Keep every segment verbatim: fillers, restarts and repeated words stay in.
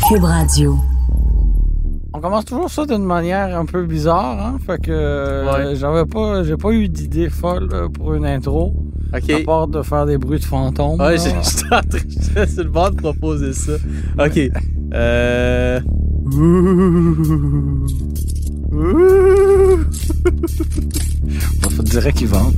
Cube Radio. On commence toujours ça d'une manière un peu bizarre, hein? Fait que euh, Ouais. j'avais pas, j'ai pas eu d'idée folle euh, pour une intro. OK. À part de faire des bruits de fantômes. Ouais, là. j'ai- j'étais en train j'étais sur le bord de proposer ça. OK. Euh... On va dire qu'il vente.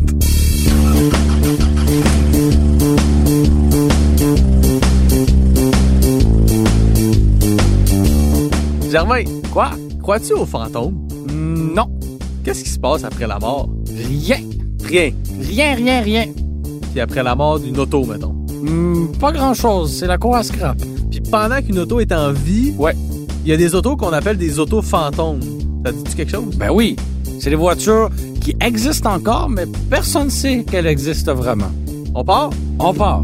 Germain, Quoi? crois-tu aux fantômes? Mm, Non. Qu'est-ce qui se passe après la mort? Rien. Rien. Rien, rien, rien. Puis après la mort d'une auto, mettons. Mm, pas grand-chose. C'est la cour à scrap. Puis pendant qu'une auto est en vie, Ouais. il y a des autos qu'on appelle des autos fantômes. Ça dit-tu quelque chose? Ben oui. C'est des voitures qui existent encore, mais personne ne sait qu'elles existent vraiment. On part? On part.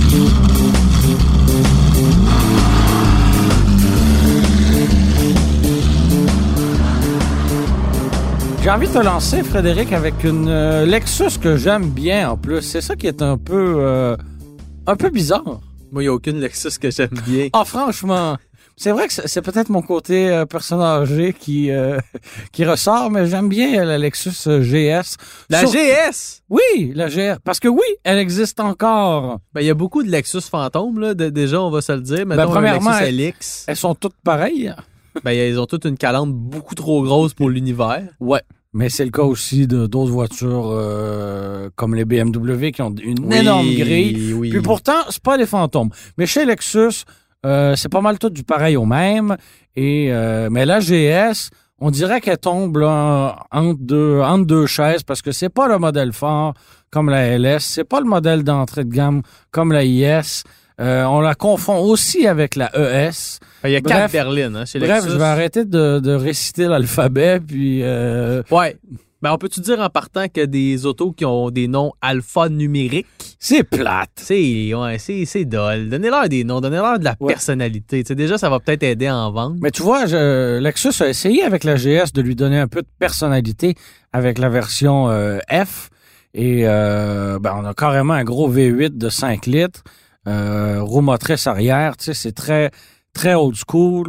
J'ai envie de te lancer, Frédéric, avec une euh, Lexus que j'aime bien en plus. C'est ça qui est un peu euh, un peu bizarre. Moi, il n'y a aucune Lexus que j'aime bien. Ah, franchement, c'est vrai que c'est c'est peut-être mon côté euh, personne âgée qui euh, qui ressort, mais j'aime bien la Lexus euh, G S. La Sur- G S! Oui, la G S. Parce que oui, elle existe encore. Ben, il y a beaucoup de Lexus fantômes, là. De- déjà, on va se le dire. Mettons, Ben, premièrement, un Lexus elle- L X. Elles sont toutes pareilles. Ben, ils ont toute une calandre beaucoup trop grosse pour l'univers. Ouais. Mais c'est le cas aussi de d'autres voitures euh, comme les B M W qui ont une énorme grille. Oui. Puis pourtant, c'est pas des fantômes. Mais chez Lexus, euh, c'est pas mal tout du pareil au même. Et euh, mais la G S, on dirait qu'elle tombe là, entre deux entre deux chaises parce que c'est pas le modèle fort comme la L S, c'est pas le modèle d'entrée de gamme comme la I S. Euh, on la confond aussi avec la E S. Ben, il y a Bref. quatre berlines, hein, chez Bref, Lexus. je vais arrêter de, de réciter l'alphabet puis euh, Ouais. Ben, on peut-tu dire en partant que des autos qui ont des noms alphanumériques, c'est plate. c'est, ouais, c'est, c'est dole. Donnez-leur des noms, donnez-leur de la Ouais. personnalité. Tu sais, déjà, ça va peut-être aider à en vendre. Mais tu vois, je, Lexus a essayé avec la G S de lui donner un peu de personnalité avec la version euh, F. Et euh, ben, on a carrément un gros V huit de cinq litres, euh, roue motrice arrière. Tu sais, c'est très, très old school.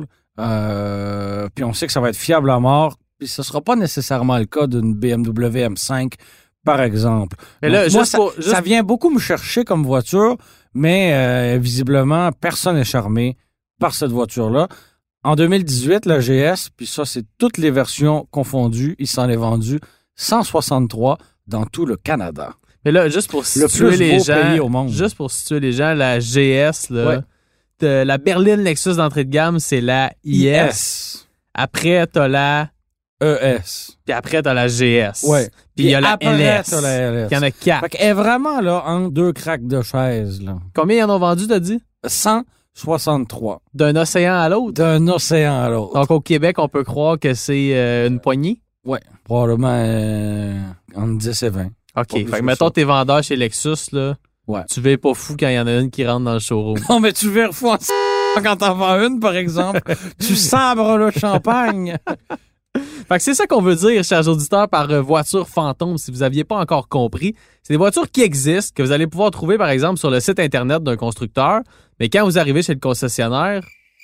Euh, puis on sait que ça va être fiable à mort. Puis ce sera pas nécessairement le cas d'une B M W M cinq, par exemple. Mais là, Donc, moi, juste ça, pour- juste- ça vient beaucoup me chercher comme voiture, mais euh, visiblement, personne n'est charmé par cette voiture-là. En deux mille dix-huit, la G S, puis ça, c'est toutes les versions confondues, il s'en est vendu cent soixante-trois dans tout le Canada. Mais là, juste pour Le situer plus les beau gens, pays au monde. juste pour situer les gens, la G S, là, Ouais. de- la berline Lexus d'entrée de gamme, c'est la I S. Après, t'as la, E S. puis après, t'as la G S. Ouais. Puis il y a la après, L S. t'as la L S. Il y en a quatre. Fait qu'elle est vraiment là entre deux craques de chaise, là. Combien ils en ont vendu, t'as dit? cent soixante-trois. D'un océan à l'autre. D'un océan à l'autre. Donc, au Québec, on peut croire que c'est euh, une poignée. Ouais. Probablement euh, entre dix et vingt. OK. plus Fait que que mettons ça. tes vendeurs chez Lexus, là. Ouais. Tu vas pas fou quand il y en a une qui rentre dans le showroom. Non, mais tu verras fou en s- quand t'en vends une, par exemple. Tu sabres le champagne. Fait que c'est ça qu'on veut dire, chers auditeurs, par euh, voiture fantôme, si vous aviez pas encore compris. C'est des voitures qui existent, que vous allez pouvoir trouver, par exemple, sur le site Internet d'un constructeur. Mais quand vous arrivez chez le concessionnaire,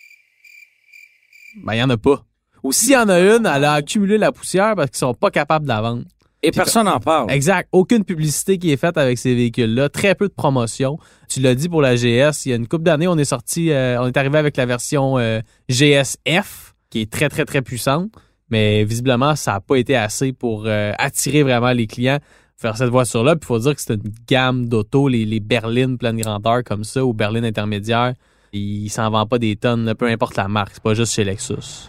ben, il y en a pas. Ou s'il y en a une, elle a accumulé la poussière parce qu'ils sont pas capables de la vendre. Et personne n'en parle. Exact. Aucune publicité qui est faite avec ces véhicules-là. Très peu de promotion. Tu l'as dit pour la G S. Il y a une couple d'années, on est sorti, euh, on est arrivé avec la version euh, G S F, qui est très, très, très puissante. Mais visiblement, ça n'a pas été assez pour euh, attirer vraiment les clients vers cette voiture-là. Puis il faut dire que c'est une gamme d'autos, les, les berlines pleine grandeur comme ça, ou berlines intermédiaires. Ils s'en vendent pas des tonnes, là, peu importe la marque. C'est pas juste chez Lexus.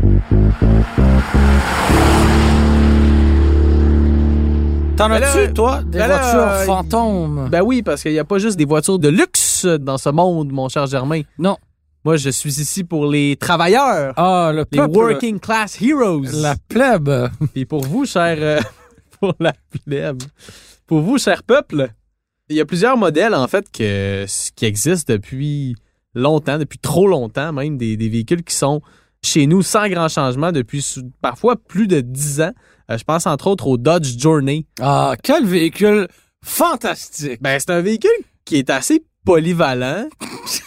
T'en Ben là, as-tu, toi, des ben là, voitures euh, fantômes? Ben oui, parce qu'il n'y a pas juste des voitures de luxe dans ce monde, mon cher Germain. Non. Moi, je suis ici pour les travailleurs, Ah, le les peuple. working class heroes. La plèbe. Puis pour vous, cher... euh, pour la plèbe. Pour vous, cher peuple, il y a plusieurs modèles, en fait, que, qui existent depuis longtemps, depuis trop longtemps même, des, des véhicules qui sont chez nous sans grand changement depuis sou- parfois plus de dix ans. Euh, je pense entre autres au Dodge Journey. Ah, quel véhicule fantastique. Ben, c'est un véhicule qui est assez polyvalent.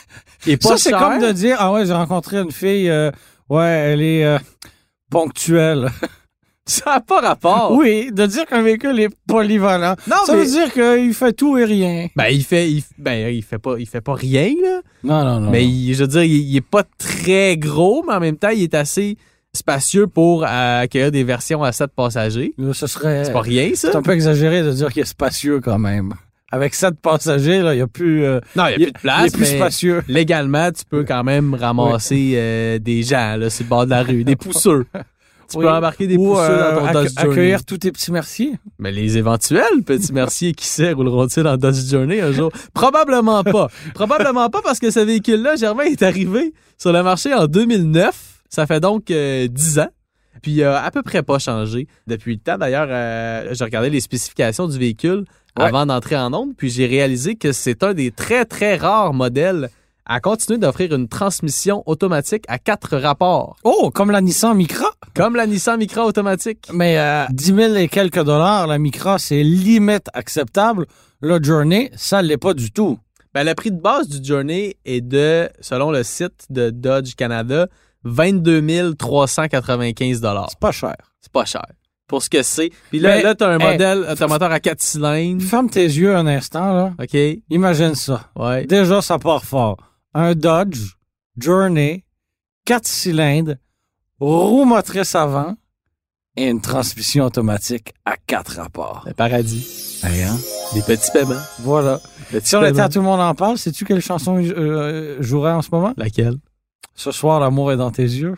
qui est pas Ça, c'est cher. comme de dire, ah ouais, j'ai rencontré une fille, euh, ouais, elle est euh, ponctuelle. Ça n'a pas rapport. Oui, de dire qu'un véhicule est polyvalent. Non, ça mais- veut dire qu'il fait tout et rien. Ben, il fait, il, ben, il fait pas, il fait pas rien, là. Non, non, non. Mais non. il- je veux dire, il, il est pas très gros, mais en même temps, il est assez spacieux pour euh, accueillir des versions à sept passagers. Là, ce serait... C'est pas rien, ça? C'est un peu exagéré de dire qu'il est spacieux quand même. Avec sept passagers, là, il n'y a plus... euh, Non, il n'y a plus de place, il est plus mais spacieux. légalement, tu peux quand même ramasser euh, des gens, là, sur le bord de la rue, des pousseux. Tu Oui. peux embarquer des Ou pousseux euh, dans ton acc- Dodge Journey. accueillir tous tes petits merciers. Mais les éventuels petits merciers, qui sait, rouleront-ils en Dodge Journey un jour? Probablement pas. Probablement pas parce que ce véhicule-là, Germain, est arrivé sur le marché en deux mille neuf. Ça fait donc euh, dix ans. Puis il a à peu près pas changé depuis le temps. D'ailleurs, euh, j'ai regardé les spécifications du véhicule Ouais. avant d'entrer en onde, puis j'ai réalisé que c'est un des très, très rares modèles à continuer d'offrir une transmission automatique à quatre rapports, Oh, comme la Nissan Micra. comme la Nissan Micra automatique. Mais euh, dix mille et quelques dollars, la Micra, c'est limite acceptable. Le Journey, ça l'est pas du tout. Ben, le prix de base du Journey est de, selon le site de Dodge Canada, vingt-deux mille trois cent quatre-vingt-quinze dollars. C'est pas cher. C'est pas cher. Pour ce que c'est. Puis là, Mais, là t'as un hey, modèle, t'as un moteur à quatre cylindres. Ferme tes yeux un instant, là. OK? Imagine ça. Ouais. Déjà, ça part fort. Un Dodge Journey, quatre cylindres, roue motrice avant et une transmission automatique à quatre rapports. Le paradis. Hey, hein? Des petits paiements. Voilà. Petits Si on était paiements. à Tout le monde en parle, sais-tu quelle chanson euh, jouerait en ce moment? Laquelle? Ce soir, l'amour est dans tes yeux.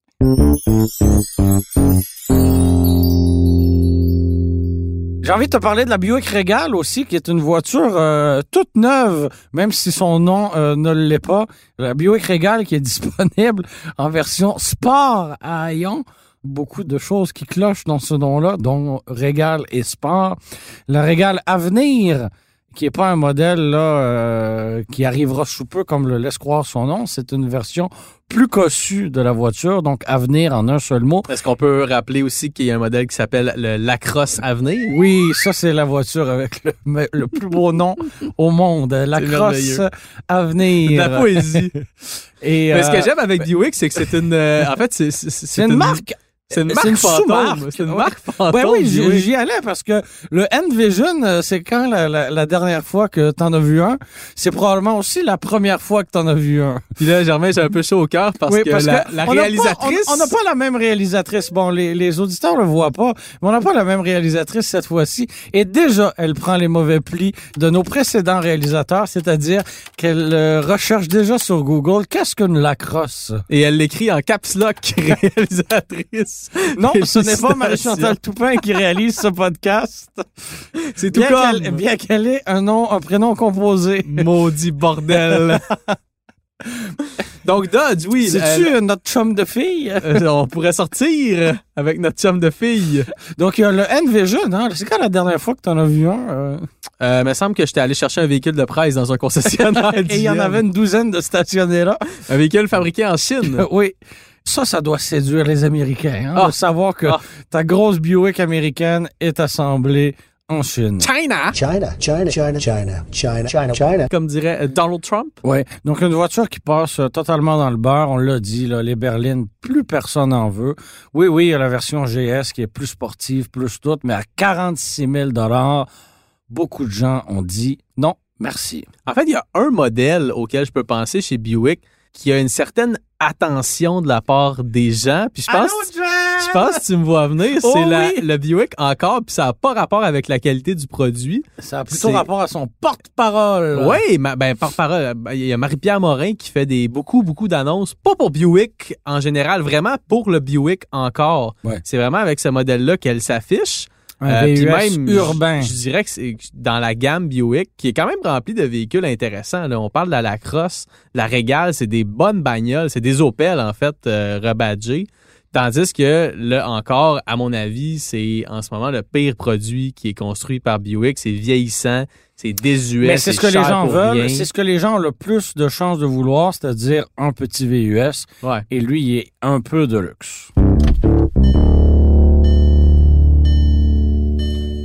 J'ai envie de te parler de la Buick Regal aussi, qui est une voiture euh, toute neuve, même si son nom euh, ne l'est pas. La Buick Regal qui est disponible en version sport à haillons. Beaucoup de choses qui clochent dans ce nom-là, dont Regal et Sport. La Regal Avenir, qui est pas un modèle là euh, qui arrivera sous peu comme le laisse croire son nom, c'est une version plus cossue de la voiture, donc Avenir en un seul mot. Est-ce qu'on peut rappeler aussi qu'il y a un modèle qui s'appelle le Lacrosse Avenir? Oui, ça c'est la voiture avec le, le plus beau nom au monde, la C'est Crosse merveilleux. Avenir. De la poésie. Et, Mais ce euh, que j'aime avec Buick, c'est que c'est une... euh, en fait, c'est... C'est, c'est une marque. C'est une C'est marque une fantôme. sous-marque. C'est une Ouais. marque fantôme. Ben oui, j'y, Buick. j'y allais parce que le Envision, euh, c'est quand la, la, la dernière fois que t'en as vu un. C'est probablement aussi la première fois que t'en as vu un. Puis là, Germain, j'ai un peu chaud au cœur parce Oui, que parce la, que la on n'a réalisatrice... pas- on- on n'a pas la même réalisatrice. Bon, les, les auditeurs le voient pas, mais on n'a pas la même réalisatrice cette fois-ci. Et déjà, elle prend les mauvais plis de nos précédents réalisateurs, c'est-à-dire qu'elle euh, recherche déjà sur Google qu'est-ce qu'une lacrosse. Et elle l'écrit en caps lock, réalisatrice. Non, ce n'est pas Félicitations. Marie-Chantal Toupin qui réalise ce podcast. C'est tout Bien comme... qu'elle, bien qu'elle ait un nom, un prénom composé. Maudit bordel. Donc, Dodge, oui. C'est-tu elle- euh, notre chum de fille? euh, on pourrait sortir avec notre chum de fille. Donc, il y a le Envision, hein? C'est quand la dernière fois que tu en as vu un? euh? Euh, il me semble que j'étais allé chercher un véhicule de presse dans un concessionnaire. Et il y en d'I M. avait une douzaine de stationnés là. Un véhicule fabriqué en Chine. Euh, oui. Ça, ça doit séduire les Américains, hein? Ah. De savoir que Ah. ta grosse Buick américaine est assemblée en Chine. China! China, China, China, China, China, China, China. Comme dirait euh, Donald Trump. Oui. Donc, une voiture qui passe euh, totalement dans le beurre. On l'a dit, là, les berlines, plus personne n'en veut. Oui, oui, il y a la version G S qui est plus sportive, plus toute, mais à quarante-six mille dollars, beaucoup de gens ont dit non, merci. En fait, il y a un modèle auquel je peux penser chez Buick qui a une certaine attention de la part des gens. Puis je pense, je pense que tu me vois venir, Oh c'est la, oui! le Buick encore, puis ça n'a pas rapport avec la qualité du produit. Ça a plutôt C'est- rapport à son porte-parole. Oui, ma- ben par parole, ben, il y a Marie-Pierre Morin qui fait des beaucoup beaucoup d'annonces, pas pour Buick en général, vraiment pour le Buick encore. Ouais. C'est vraiment avec ce modèle-là qu'elle s'affiche. Un Euh, V U puis S même, urbain. Je, je dirais que c'est dans la gamme Buick, qui est quand même remplie de véhicules intéressants. Là. On parle de la Lacrosse, la Regal, c'est des bonnes bagnoles, c'est des Opel en fait, euh, rebadgées. Tandis que là encore, à mon avis, c'est en ce moment le pire produit qui est construit par Buick. C'est vieillissant, c'est désuet, Mais c'est ce que les cher gens pour veulent, rien. c'est ce que les gens ont le plus de chances de vouloir, c'est-à-dire un petit V U S. Ouais. Et lui, il est un peu de luxe.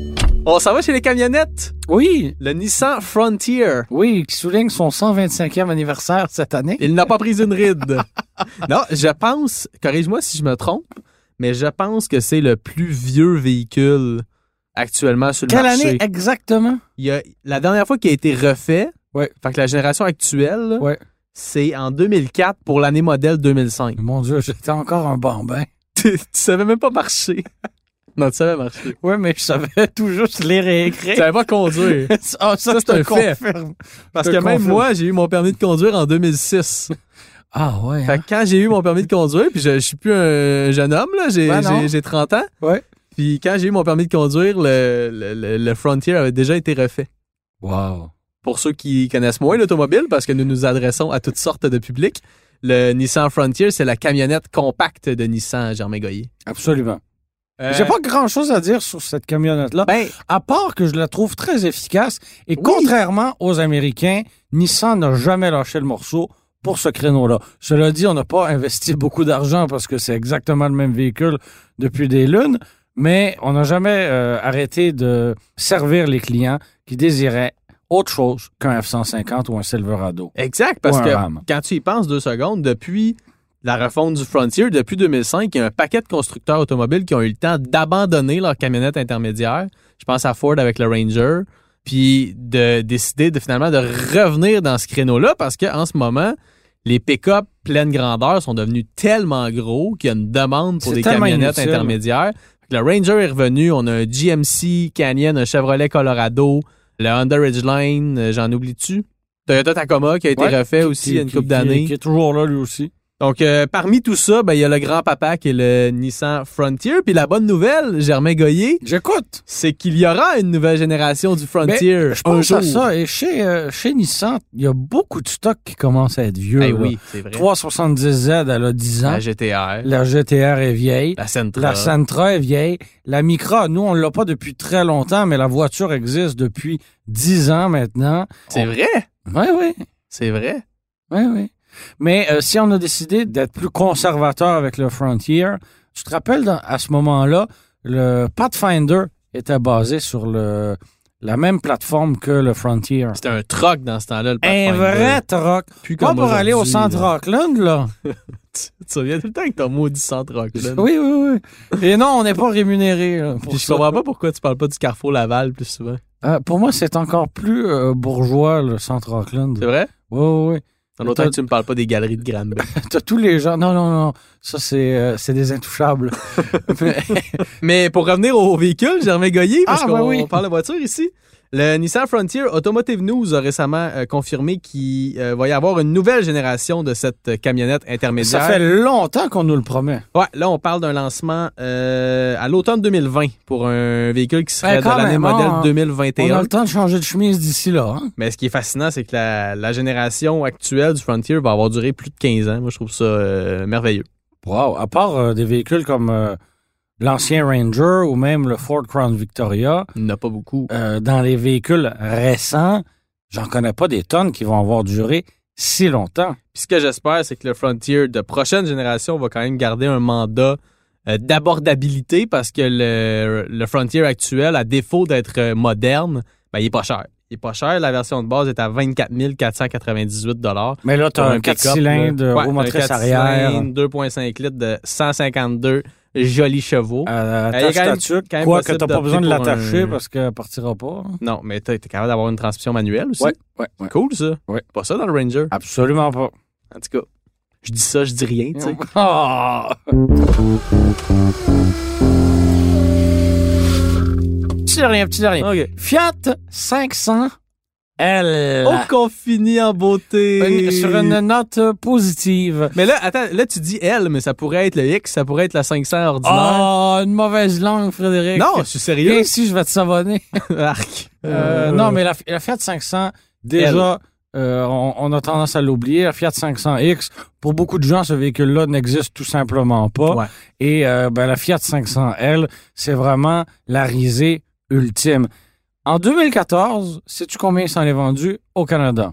On s'en va chez les camionnettes. Oui, Le Nissan Frontier. oui, qui souligne son cent vingt-cinquième anniversaire cette année. Il n'a pas pris une ride. Non, je pense, corrige-moi si je me trompe, mais je pense que c'est le plus vieux véhicule actuellement sur le Quelle marché. année exactement? Il y a, la dernière fois qu'il a été refait, Ouais. fait que la génération actuelle, là, Ouais. c'est en deux mille quatre pour l'année modèle deux mille cinq. Mon Dieu, j'étais encore un bambin. tu, tu savais même pas marcher. Non, tu savais marcher. Oui, mais je savais tout juste lire et Tu écrire. savais pas conduire. Ah, ça, Ça, je c'est te un fait. confirme. Parce Je que te même confirme. moi, j'ai eu mon permis de conduire en deux mille six. Ah ouais. Fait Hein? que quand j'ai eu mon permis de conduire, puis je, je suis plus un jeune homme, là, j'ai, Ben non. j'ai, j'ai trente ans. Ouais. Puis quand j'ai eu mon permis de conduire, le, le, le, le Frontier avait déjà été refait. Wow. Pour ceux qui connaissent moins l'automobile, parce que nous nous adressons à toutes sortes de publics, le Nissan Frontier, c'est la camionnette compacte de Nissan Germain-Goyer. Absolument. Euh, J'ai pas grand-chose à dire sur cette camionnette-là, Ben, à part que je la trouve très efficace. Et Oui. contrairement aux Américains, Nissan n'a jamais lâché le morceau pour ce créneau-là. Cela dit, on n'a pas investi beaucoup d'argent parce que c'est exactement le même véhicule depuis des lunes, mais on n'a jamais euh, arrêté de servir les clients qui désiraient autre chose qu'un F cent cinquante ou un Silverado. exact, parce Ou un que Ram. quand tu y penses deux secondes, depuis la refonte du Frontier, depuis deux mille cinq, il y a un paquet de constructeurs automobiles qui ont eu le temps d'abandonner leur camionnette intermédiaire. Je pense à Ford avec le Ranger, puis de décider de finalement de revenir dans ce créneau-là parce qu'en ce moment, les pick-up pleine grandeur sont devenus tellement gros qu'il y a une demande pour C'est des tellement camionnettes inutile. intermédiaires. Fait que le Ranger est revenu, on a un G M C Canyon, un Chevrolet Colorado, le Honda Ridgeline, euh, j'en oublie-tu? Toyota Tacoma qui a été Ouais, refait qui- aussi il qui- y a une qui- couple qui- d'années. Qui est toujours là, lui aussi. Donc, euh, parmi tout ça, ben, il y a le grand-papa qui est le Nissan Frontier. Puis la bonne nouvelle, Germain Goyer, J'écoute. c'est qu'il y aura une nouvelle génération du Frontier Je un pense jour. à ça. Et chez, euh, chez Nissan, il y a beaucoup de stocks qui commencent à être vieux. Eh là. oui, c'est vrai. trois cent soixante-dix Z, elle a dix ans. La G T R, La G T R est vieille. la Sentra. La Sentra est vieille. La Micra, nous, on l'a pas depuis très longtemps, mais la voiture existe depuis dix ans maintenant. C'est On- vrai, Oui, oui. c'est vrai. Oui, oui. Mais euh, si on a décidé d'être plus conservateur avec le Frontier, tu te rappelles, dans- à ce moment-là, le Pathfinder était basé sur le, la même plateforme que le Frontier. C'était un truck dans ce temps-là, le Un Pathfinder. vrai truck. Plus Pas comme pour aller au aujourd'hui, centre là. Auckland, là. Tu tu te souviens tout le temps que ton maudit centre Auckland. Oui, oui, oui. Et non, on n'est pas rémunéré. Là, pour Puis je ça. comprends pas pourquoi tu parles pas du Carrefour Laval plus souvent. Euh, pour moi, c'est encore plus euh, bourgeois, le centre Auckland. C'est vrai? Oui, oui, oui. En autant que tu me parles pas des galeries de Granby. T'as tous les gens. Non, non, non. Ça, c'est euh, c'est des intouchables. Mais- Mais pour revenir au véhicule, Germain Goyer, parce Ah, qu'on ben oui. on parle de voiture ici, le Nissan Frontier Automotive News a récemment euh, confirmé qu'il euh, va y avoir une nouvelle génération de cette euh, camionnette intermédiaire. ça fait longtemps qu'on nous le promet. Ouais, là, on parle d'un lancement euh, à l'automne deux mille vingt pour un véhicule qui serait Ouais, quand de l'année même, modèle on- deux mille vingt et On a un. le temps de changer de chemise d'ici là. Hein? Mais ce qui est fascinant, c'est que la, la génération actuelle du Frontier va avoir duré plus de quinze ans. Moi, je trouve ça euh, merveilleux. Wow. À part euh, des véhicules comme euh, l'ancien Ranger ou même le Ford Crown Victoria, Il n'y en a pas beaucoup. euh, dans les véhicules récents, j'en connais pas des tonnes qui vont avoir duré si longtemps. Puis ce que j'espère, c'est que le Frontier de prochaine génération va quand même garder un mandat euh, d'abordabilité parce que le, le Frontier actuel, à défaut d'être euh, moderne, ben, il est pas cher. Il est pas cher. La version de base est à vingt-quatre mille quatre cent quatre-vingt-dix-huit dollars. Mais là, tu as Pour un un quatre pick-up, cylindres, là. Ouais, roue un motrice quatre arrière, cylindres, deux virgule cinq litres de cent cinquante-deux jolis chevaux. euh, Il y a attache quand même- ta tuque, quand même quoi que possible t'as pas d'opter besoin de pour l'attacher un- parce qu'elle partira pas. hein. Non, mais t'es t'es capable d'avoir une transmission manuelle aussi. Ouais, ouais, ouais. Cool, ça. Ouais. Pas ça dans le Ranger. Absolument pas. En tout cas, je dis ça, je dis rien, tu sais. Ah! Petit de rien, petit de rien. OK. Fiat cinq cents L. Oh, qu'on finit en beauté. Une- sur une note positive. Mais là, attends, là, tu dis L, mais ça pourrait être le X, ça pourrait être la cinq cents ordinaire. Oh, une mauvaise langue, Frédéric. non, je suis sérieux. Viens ici, je vais te savonner. Arc. Euh, non, mais la, la Fiat cinq cents, déjà, euh, on, on a tendance à l'oublier. La Fiat cinq cents X, pour beaucoup de gens, ce véhicule-là n'existe tout simplement pas. Ouais. Et euh, ben, la Fiat cinq cents L, c'est vraiment la risée ultime. En deux mille quatorze, sais-tu combien il s'en est vendu au Canada?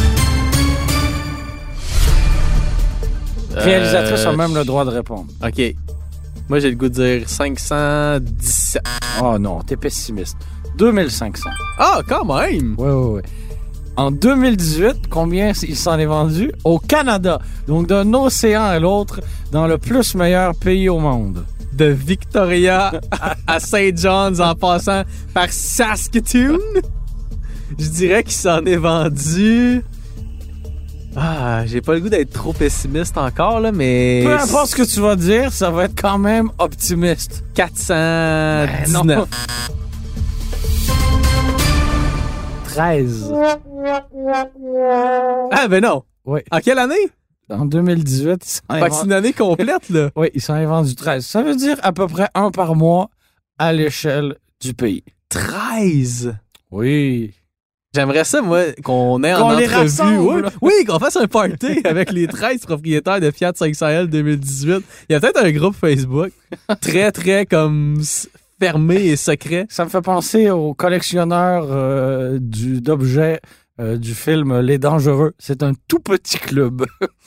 Réalisatrice a même le droit de répondre. OK. Moi, j'ai le goût de dire cinq cent dix-sept. Oh non, t'es pessimiste. deux mille cinq cents. Ah, quand même! Oui, oui, oui. En deux mille dix-huit, combien il s'en est vendu? Au Canada. Donc, d'un océan à l'autre, dans le plus meilleur pays au monde. De Victoria à, à Saint John's en passant par Saskatoon. Je dirais qu'il s'en est vendu... Ah, j'ai pas le goût d'être trop pessimiste encore, là, mais... Peu importe ce que tu vas dire, ça va être quand même optimiste. quatre cent dix-neuf. treize. Ah, ben non. Oui. En quelle année? En deux mille dix-huit, ils s'en Fait que c'est une année complète, là. Oui, ils s'en ont vendu treize. Ça veut dire à peu près un par mois à l'échelle du pays. treize? Oui. J'aimerais ça, moi, qu'on ait Qu'on en les entrevue. rassemble. Oui, oui, qu'on fasse un party avec les treize propriétaires de Fiat cinq cents L deux mille dix-huit. Il y a peut-être un groupe Facebook très, très comme s- fermé et secret. Ça me fait penser aux collectionneurs euh, du, d'objets euh, du film Les Dangereux. C'est un tout petit club.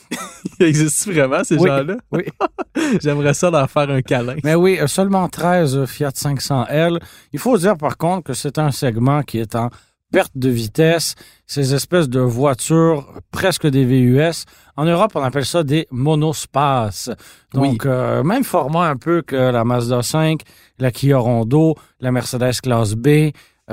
Il existe vraiment, ces Oui, gens-là? oui. J'aimerais ça leur faire un câlin. Mais oui, euh, seulement treize Fiat cinq cents L. Il faut dire par contre que c'est un segment qui est en perte de vitesse, ces espèces de voitures presque des V U S. En Europe, on appelle ça des monospaces. Donc, Oui. euh, même format un peu que la Mazda cinq, la Kia Rondo, la Mercedes Classe B,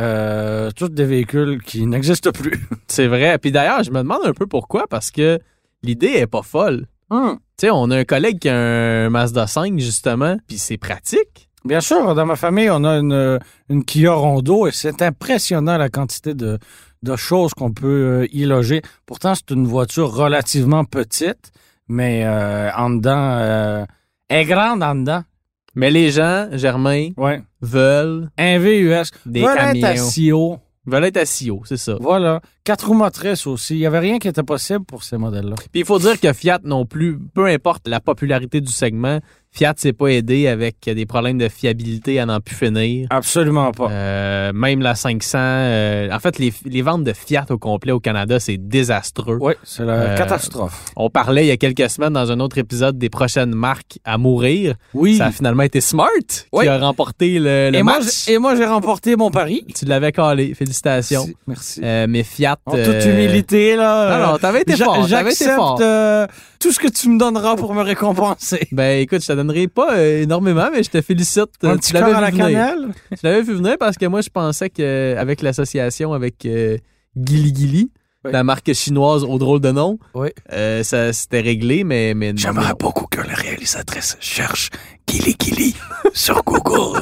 euh, tous des véhicules qui n'existent plus. C'est vrai. Puis d'ailleurs, je me demande un peu pourquoi, parce que l'idée est pas folle. Hum. Tu sais, on a un collègue qui a un Mazda cinq, justement, puis c'est pratique. Bien sûr, dans ma famille, on a une, une Kia Rondo et c'est impressionnant la quantité de, de choses qu'on peut euh, y loger. Pourtant, c'est une voiture relativement petite, mais euh, en dedans, euh, elle est grande en dedans. Mais les gens, Germain, Ouais. veulent, Un V U S. Des veulent camions. être assis haut. veulent être assis haut, c'est ça. Voilà. Quatre roues motrices aussi. Il n'y avait rien qui était possible pour ces modèles-là. Puis il faut dire que Fiat non plus, peu importe la popularité du segment, Fiat s'est pas aidé avec des problèmes de fiabilité à n'en plus finir. Absolument pas. Euh, même la cinq cents, euh, en fait, les, les ventes de Fiat au complet au Canada, c'est désastreux. Oui, c'est la Euh, catastrophe. On parlait il y a quelques semaines dans un autre épisode des prochaines marques à mourir. Oui. Ça a finalement été Smart qui Oui. a remporté le, le et, moi, match. j'ai- et moi, j'ai remporté mon pari. Tu l'avais calé, félicitations. Merci. Merci. Euh, mais Fiat... En toute euh, humilité, là. Non, non, t'avais été j'a- fort, t'avais été J'accepte fort. euh, tout ce que tu me donneras pour me récompenser. Ben écoute, je te donnerai pas euh, énormément, mais je te félicite. Un Euh, petit tu cœur l'avais à la vu venir. cannelle. Tu l'avais vu venir parce que moi, je pensais qu'avec l'association avec euh, Gili Gili, Oui. la marque chinoise au drôle de nom, Oui. euh, ça c'était réglé, mais... mais non. J'aimerais beaucoup que la réalisatrice cherche Gili Gili sur Google.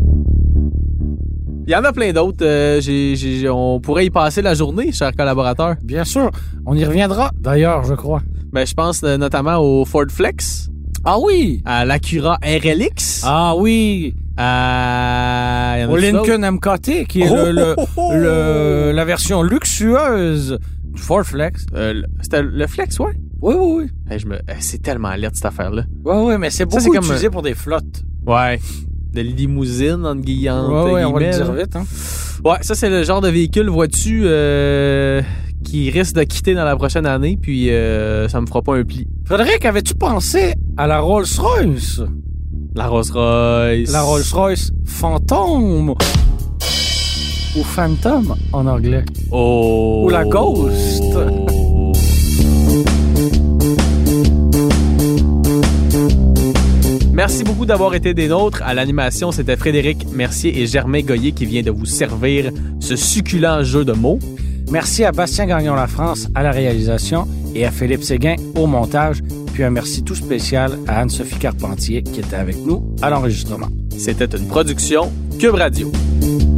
Il y en a plein d'autres. euh, j'ai- j'ai- on pourrait y passer la journée, chers collaborateurs. Bien sûr, on y reviendra d'ailleurs, je crois. Ben, je pense euh, notamment au Ford Flex, Ah oui! à l'Acura R L X, Ah oui! à... il y en a Au d'autres? Lincoln M K T, qui est Oh, le, le- oh, oh, le- la version luxueuse du Ford Flex. Euh, le- C'était le Flex, ouais? Oui, oui, oui. Hey, je me... hey, c'est tellement laid, cette affaire-là. Oui, oui, mais c'est Ça, beaucoup c'est comme utilisé pour des flottes. Ouais. De limousine, entre guillemets. Oui, oui, on va le guillemets, dire là. vite. Hein. Ouais, ça, c'est le genre de véhicule, vois-tu, euh, qui risque de quitter dans la prochaine année, puis euh, ça me fera pas un pli. Frédéric, avais-tu pensé à la Rolls-Royce? La Rolls-Royce. La Rolls-Royce Phantom. Ou Phantom en anglais. Oh. Ou la Ghost. Merci beaucoup d'avoir été des nôtres. À l'animation, c'était Frédéric Mercier et Germain Goyer qui vient de vous servir ce succulent jeu de mots. Merci à Bastien Gagnon-La France à la réalisation et à Philippe Séguin au montage. Puis un merci tout spécial à Anne-Sophie Carpentier qui était avec nous à l'enregistrement. C'était une production Cube Radio.